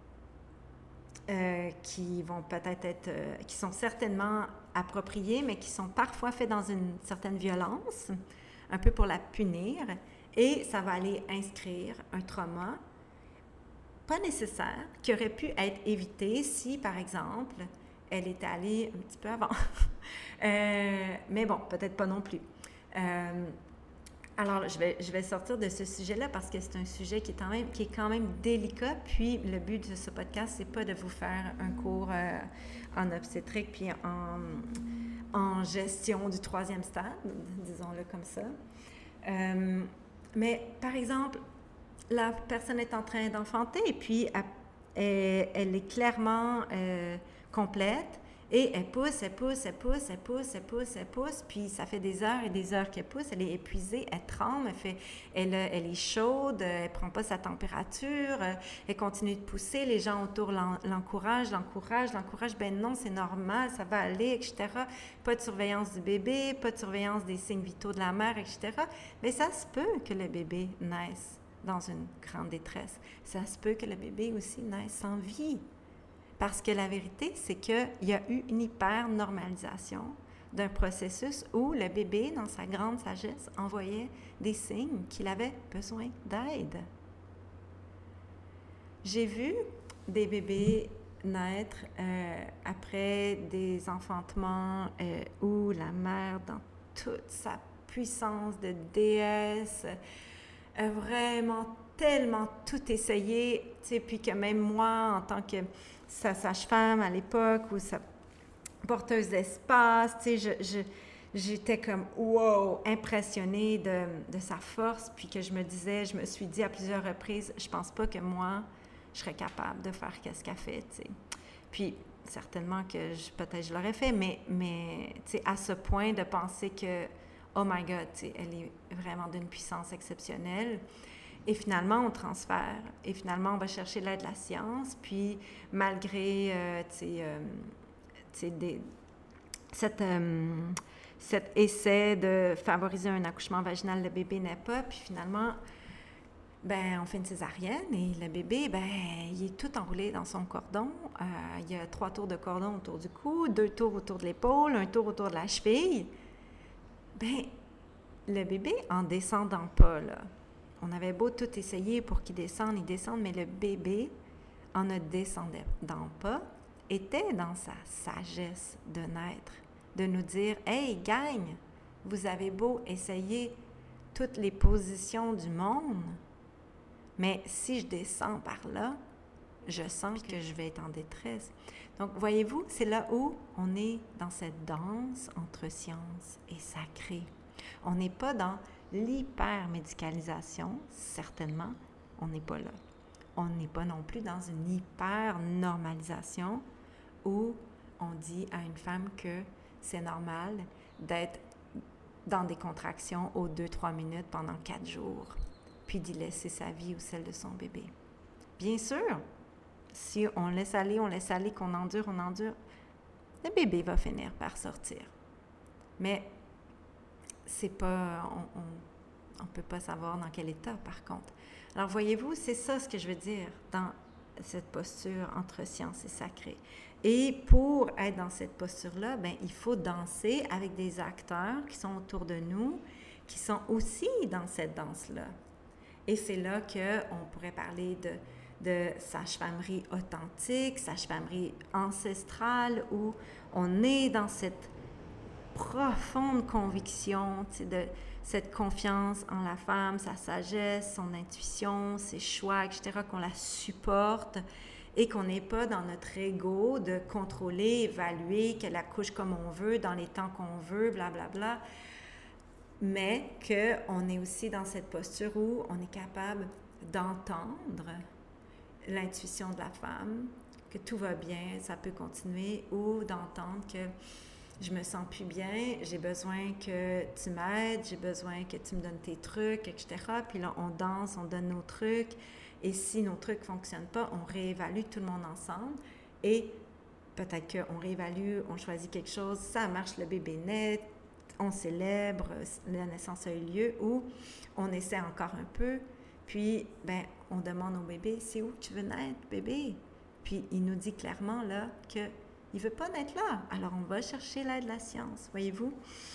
euh, qui vont peut-être être, euh, qui sont certainement appropriées, mais qui sont parfois faites dans une certaine violence, un peu pour la punir, et ça va aller inscrire un trauma pas nécessaire, qui aurait pu être évité si, par exemple, elle était allée un petit peu avant. euh, mais bon, peut-être pas non plus. Euh, Alors, je vais, je vais sortir de ce sujet-là parce que c'est un sujet qui est, quand même, qui est quand même délicat. Puis, le but de ce podcast, c'est pas de vous faire un cours euh, en obstétrique puis en, en gestion du troisième stade, disons-le comme ça. Euh, mais, par exemple, la personne est en train d'enfanter et puis elle, elle est clairement euh, complète. Et elle pousse, elle pousse, elle pousse, elle pousse, elle pousse, elle pousse, puis ça fait des heures et des heures qu'elle pousse, elle est épuisée, elle tremble, elle, fait, elle, elle est chaude, elle ne prend pas sa température, elle continue de pousser, les gens autour l'encouragent, l'encouragent, l'encouragent, ben non, c'est normal, ça va aller, et cetera. Pas de surveillance du bébé, pas de surveillance des signes vitaux de la mère, et cetera. Mais ça se peut que le bébé naisse dans une grande détresse. Ça se peut que le bébé aussi naisse sans vie. Parce que la vérité, c'est qu'il y a eu une hyper-normalisation d'un processus où le bébé, dans sa grande sagesse, envoyait des signes qu'il avait besoin d'aide. J'ai vu des bébés naître euh, après des enfantements euh, où la mère, dans toute sa puissance de déesse, a vraiment tellement tout essayé, tu sais, puis que même moi, en tant que sa sage-femme à l'époque ou sa porteuse d'espace, tu sais, je, je, j'étais comme wow, impressionnée de, de sa force, puis que je me disais, je me suis dit à plusieurs reprises, je pense pas que moi, je serais capable de faire qu'est-ce qu'elle fait, tu sais. Puis certainement que je, peut-être je l'aurais fait, mais, mais tu sais, à ce point de penser que, oh my God, tu sais, elle est vraiment d'une puissance exceptionnelle. Et finalement, on transfère. Et finalement, on va chercher l'aide de la science. Puis, malgré euh, euh, des, cette, euh, cet essai de favoriser un accouchement vaginal, le bébé naît pas. Puis finalement, ben, on fait une césarienne et le bébé, ben, il est tout enroulé dans son cordon. Euh, il y a trois tours de cordon autour du cou, deux tours autour de l'épaule, un tour autour de la cheville. Ben, le bébé, en descendant pas, là, on avait beau tout essayer pour qu'il descende, il descende, mais le bébé, en ne descendant pas, était dans sa sagesse de naître, de nous dire « Hey, gagne, vous avez beau essayer toutes les positions du monde, mais si je descends par là, je sens que je vais être en détresse. » Donc, voyez-vous, c'est là où on est dans cette danse entre science et sacré. On n'est pas dans l'hyper-médicalisation, certainement, on n'est pas là. On n'est pas non plus dans une hyper-normalisation où on dit à une femme que c'est normal d'être dans des contractions aux deux trois minutes pendant quatre jours, puis d'y laisser sa vie ou celle de son bébé. Bien sûr, si on laisse aller, on laisse aller, qu'on endure, on endure, le bébé va finir par sortir. Mais c'est pas, on ne peut pas savoir dans quel état, par contre. Alors, voyez-vous, c'est ça ce que je veux dire dans cette posture entre science et sacré. Et pour être dans cette posture-là, ben, il faut danser avec des acteurs qui sont autour de nous, qui sont aussi dans cette danse-là. Et c'est là qu'on pourrait parler de, de sage-famerie authentique, sage-famerie ancestrale, où on est dans cette profonde conviction, tu sais, de cette confiance en la femme, sa sagesse, son intuition, ses choix, et cetera, qu'on la supporte et qu'on n'est pas dans notre ego de contrôler, évaluer, qu'elle accouche comme on veut, dans les temps qu'on veut, blablabla, bla, bla, mais qu'on est aussi dans cette posture où on est capable d'entendre l'intuition de la femme, que tout va bien, ça peut continuer, ou d'entendre que je me sens plus bien, j'ai besoin que tu m'aides, j'ai besoin que tu me donnes tes trucs, et cetera. Puis là, on danse, on donne nos trucs. Et si nos trucs ne fonctionnent pas, on réévalue tout le monde ensemble. Et peut-être qu'on réévalue, on choisit quelque chose, ça marche, le bébé naît, on célèbre, la naissance a eu lieu, ou on essaie encore un peu. Puis, ben, on demande au bébé, c'est où tu veux naître, bébé? Puis, il nous dit clairement, là, que il ne veut pas naître là. Alors, on va chercher l'aide de la science, voyez-vous?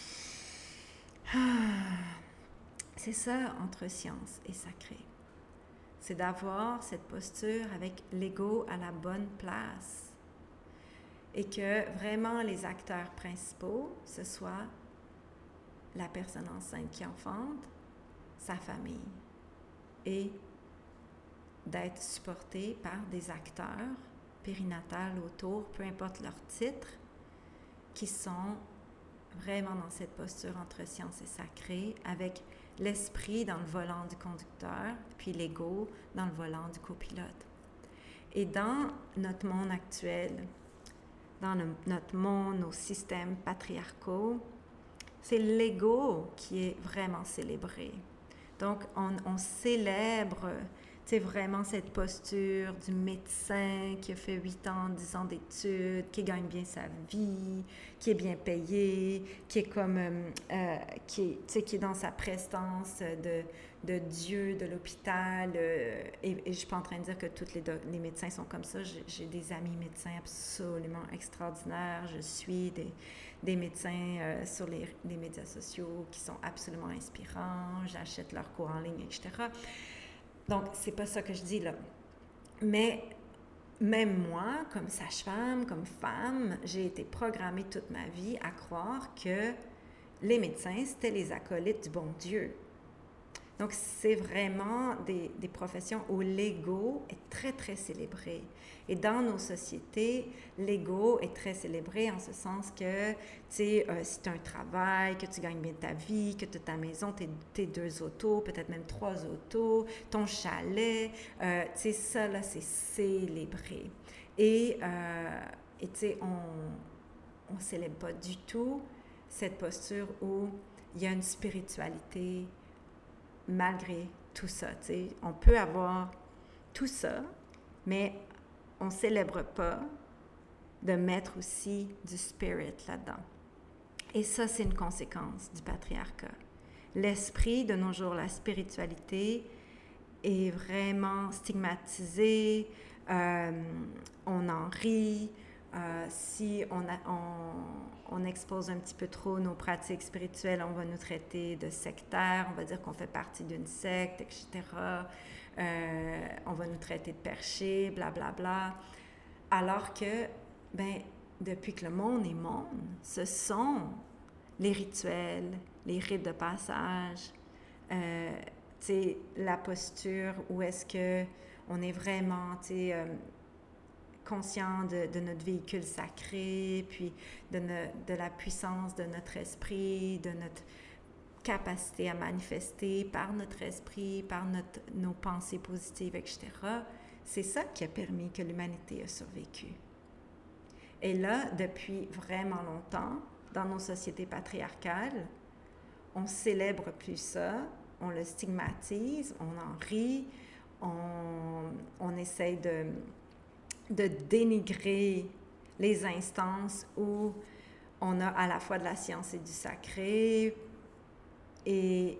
C'est ça, entre science et sacré. C'est d'avoir cette posture avec l'ego à la bonne place. Et que vraiment, les acteurs principaux, ce soit la personne enceinte qui enfante, sa famille et d'être supporté par des acteurs périnatales autour, peu importe leur titre, qui sont vraiment dans cette posture entre science et sacré, avec l'esprit dans le volant du conducteur, puis l'ego dans le volant du copilote. Et dans notre monde actuel, dans le, notre monde, nos systèmes patriarcaux, c'est l'ego qui est vraiment célébré. Donc, on, on célèbre, tu sais, vraiment cette posture du médecin qui a fait huit ans, dix ans d'études, qui gagne bien sa vie, qui est bien payé, qui est comme, euh, qui est, tu sais, qui est dans sa prestance de, de Dieu, de l'hôpital. Euh, et, et je ne suis pas en train de dire que tous les, do- les médecins sont comme ça. J'ai, j'ai des amis médecins absolument extraordinaires. Je suis des, des médecins euh, sur les, les médias sociaux qui sont absolument inspirants. J'achète leurs cours en ligne, et cetera. Donc, c'est pas ça que je dis là. Mais même moi, comme sage-femme, comme femme, j'ai été programmée toute ma vie à croire que les médecins, c'était les acolytes du bon Dieu. Donc, c'est vraiment des, des professions où l'ego est très, très célébré. Et dans nos sociétés, l'ego est très célébré en ce sens que, tu sais, euh, si tu as un travail, que tu gagnes bien ta vie, que tu as ta maison, tes, tes deux autos, peut-être même trois autos, ton chalet, euh, tu sais, ça, là, c'est célébré. Et, euh, et tu sais, on ne célèbre pas du tout cette posture où il y a une spiritualité malgré tout ça, tu sais. On peut avoir tout ça, mais on ne célèbre pas de mettre aussi du spirit là-dedans. Et ça, c'est une conséquence du patriarcat. L'esprit, de nos jours, la spiritualité est vraiment stigmatisée, euh, on en rit, euh, si on, a, on, on expose un petit peu trop nos pratiques spirituelles, on va nous traiter de sectaires, on va dire qu'on fait partie d'une secte, et cetera. Euh, on va nous traiter de perchés, blablabla. Bla, bla. Alors que, ben, depuis que le monde est monde, ce sont les rituels, les rites de passage, euh, tu sais, la posture où est-ce que on est vraiment, tu sais, euh, conscient de, de notre véhicule sacré, puis de, ne, de la puissance de notre esprit, de notre capacité à manifester par notre esprit, par notre, nos pensées positives, et cetera. C'est ça qui a permis que l'humanité a survécu. Et là, depuis vraiment longtemps, dans nos sociétés patriarcales, on célèbre plus ça, on le stigmatise, on en rit, on, on essaye de, de dénigrer les instances où on a à la fois de la science et du sacré. Et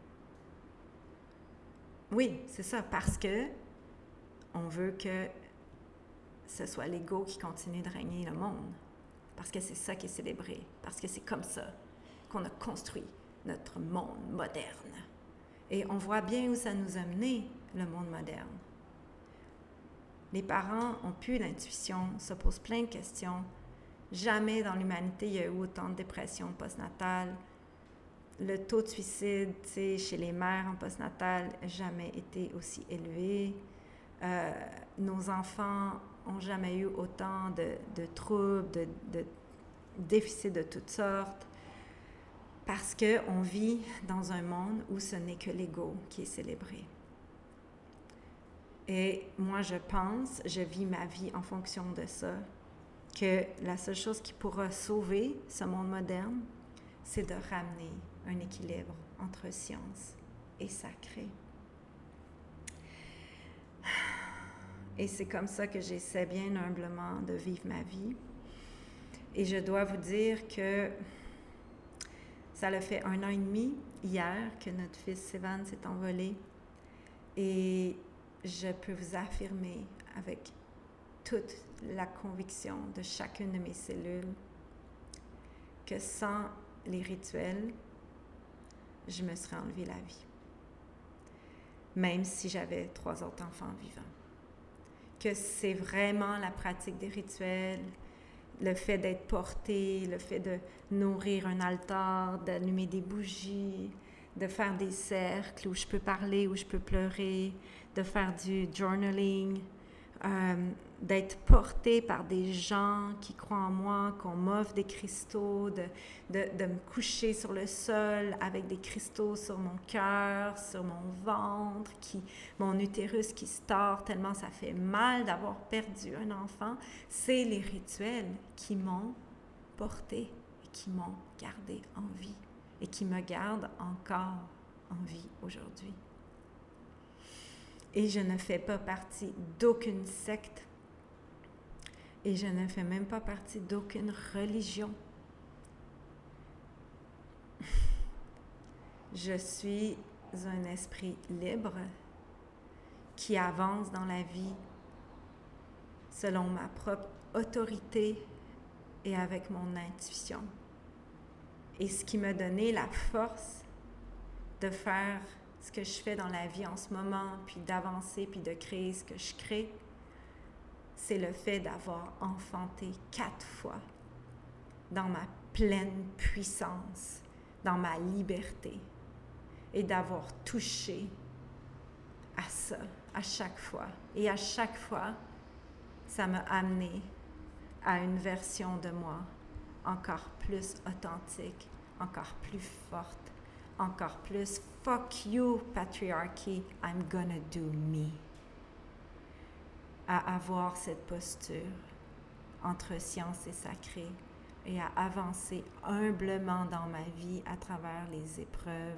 oui, c'est ça, parce que on veut que ce soit l'ego qui continue de régner le monde. Parce que c'est ça qui est célébré. Parce que c'est comme ça qu'on a construit notre monde moderne. Et on voit bien où ça nous a mené, le monde moderne. Les parents ont plus d'intuition, se posent plein de questions. Jamais dans l'humanité, il y a eu autant de dépression postnatale. Le taux de suicide, tu sais, chez les mères en postnatal n'a jamais été aussi élevé. Euh, nos enfants n'ont jamais eu autant de, de troubles, de, de déficits de toutes sortes, parce qu'on vit dans un monde où ce n'est que l'ego qui est célébré. Et moi, je pense, je vis ma vie en fonction de ça, que la seule chose qui pourra sauver ce monde moderne, c'est de ramener un équilibre entre science et sacré. Et c'est comme ça que j'essaie bien humblement de vivre ma vie. Et je dois vous dire que ça l'a fait un an et demi hier que notre fils Sévan s'est envolé. Et je peux vous affirmer avec toute la conviction de chacune de mes cellules que sans les rituels, je me serais enlevé la vie. Même si j'avais trois autres enfants vivants. Que c'est vraiment la pratique des rituels, le fait d'être porté, le fait de nourrir un altar, d'allumer des bougies, de faire des cercles où je peux parler, où je peux pleurer, de faire du journaling, euh, d'être portée par des gens qui croient en moi, qu'on m'offre des cristaux, de, de, de me coucher sur le sol avec des cristaux sur mon cœur, sur mon ventre, qui, mon utérus qui se tord tellement ça fait mal d'avoir perdu un enfant. C'est les rituels qui m'ont portée et qui m'ont gardée en vie et qui me gardent encore en vie aujourd'hui. Et je ne fais pas partie d'aucune secte. Et je ne fais même pas partie d'aucune religion. Je suis un esprit libre qui avance dans la vie selon ma propre autorité et avec mon intuition. Et ce qui m'a donné la force de faire ce que je fais dans la vie en ce moment, puis d'avancer, puis de créer ce que je crée, c'est le fait d'avoir enfanté quatre fois dans ma pleine puissance, dans ma liberté, et d'avoir touché à ça à chaque fois. Et à chaque fois, ça m'a amené à une version de moi encore plus authentique, encore plus forte, encore plus « fuck you, patriarchy, I'm gonna do me ». À avoir cette posture entre science et sacré et à avancer humblement dans ma vie à travers les épreuves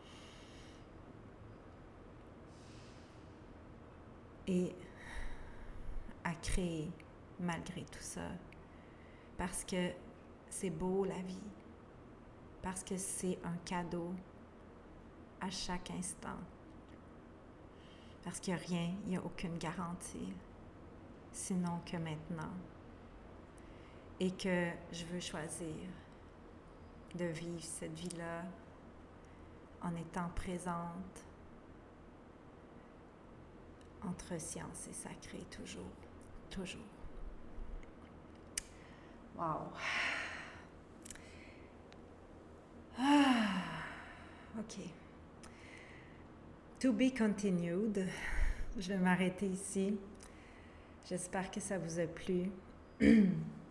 et à créer malgré tout ça. Parce que c'est beau la vie, parce que c'est un cadeau à chaque instant, parce qu'il n'y a rien, il n'y a aucune garantie, sinon que maintenant, et que je veux choisir de vivre cette vie-là en étant présente entre science et sacré, toujours, toujours. Wow! Ah, OK. To be continued. Je vais m'arrêter ici. J'espère que ça vous a plu. euh,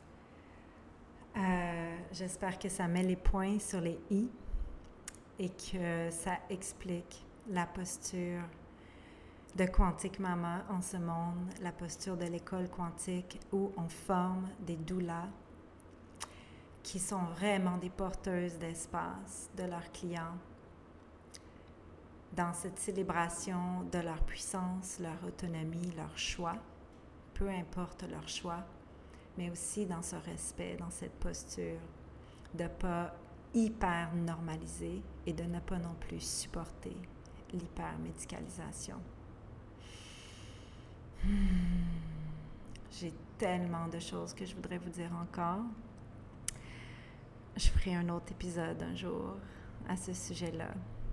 j'espère que ça met les points sur les i et que ça explique la posture de Quantique Mama en ce monde, la posture de l'école quantique où on forme des doulas qui sont vraiment des porteuses d'espace de leurs clients dans cette célébration de leur puissance, leur autonomie, leur choix, peu importe leur choix, mais aussi dans ce respect, dans cette posture de ne pas hyper normaliser et de ne pas non plus supporter l'hyper-médicalisation. Hmm. J'ai tellement de choses que je voudrais vous dire encore. Je ferai un autre épisode un jour à ce sujet-là.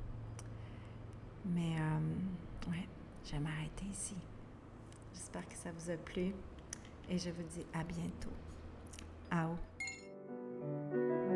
Mais, euh, ouais, je vais m'arrêter ici. J'espère que ça vous a plu et je vous dis à bientôt. Ao!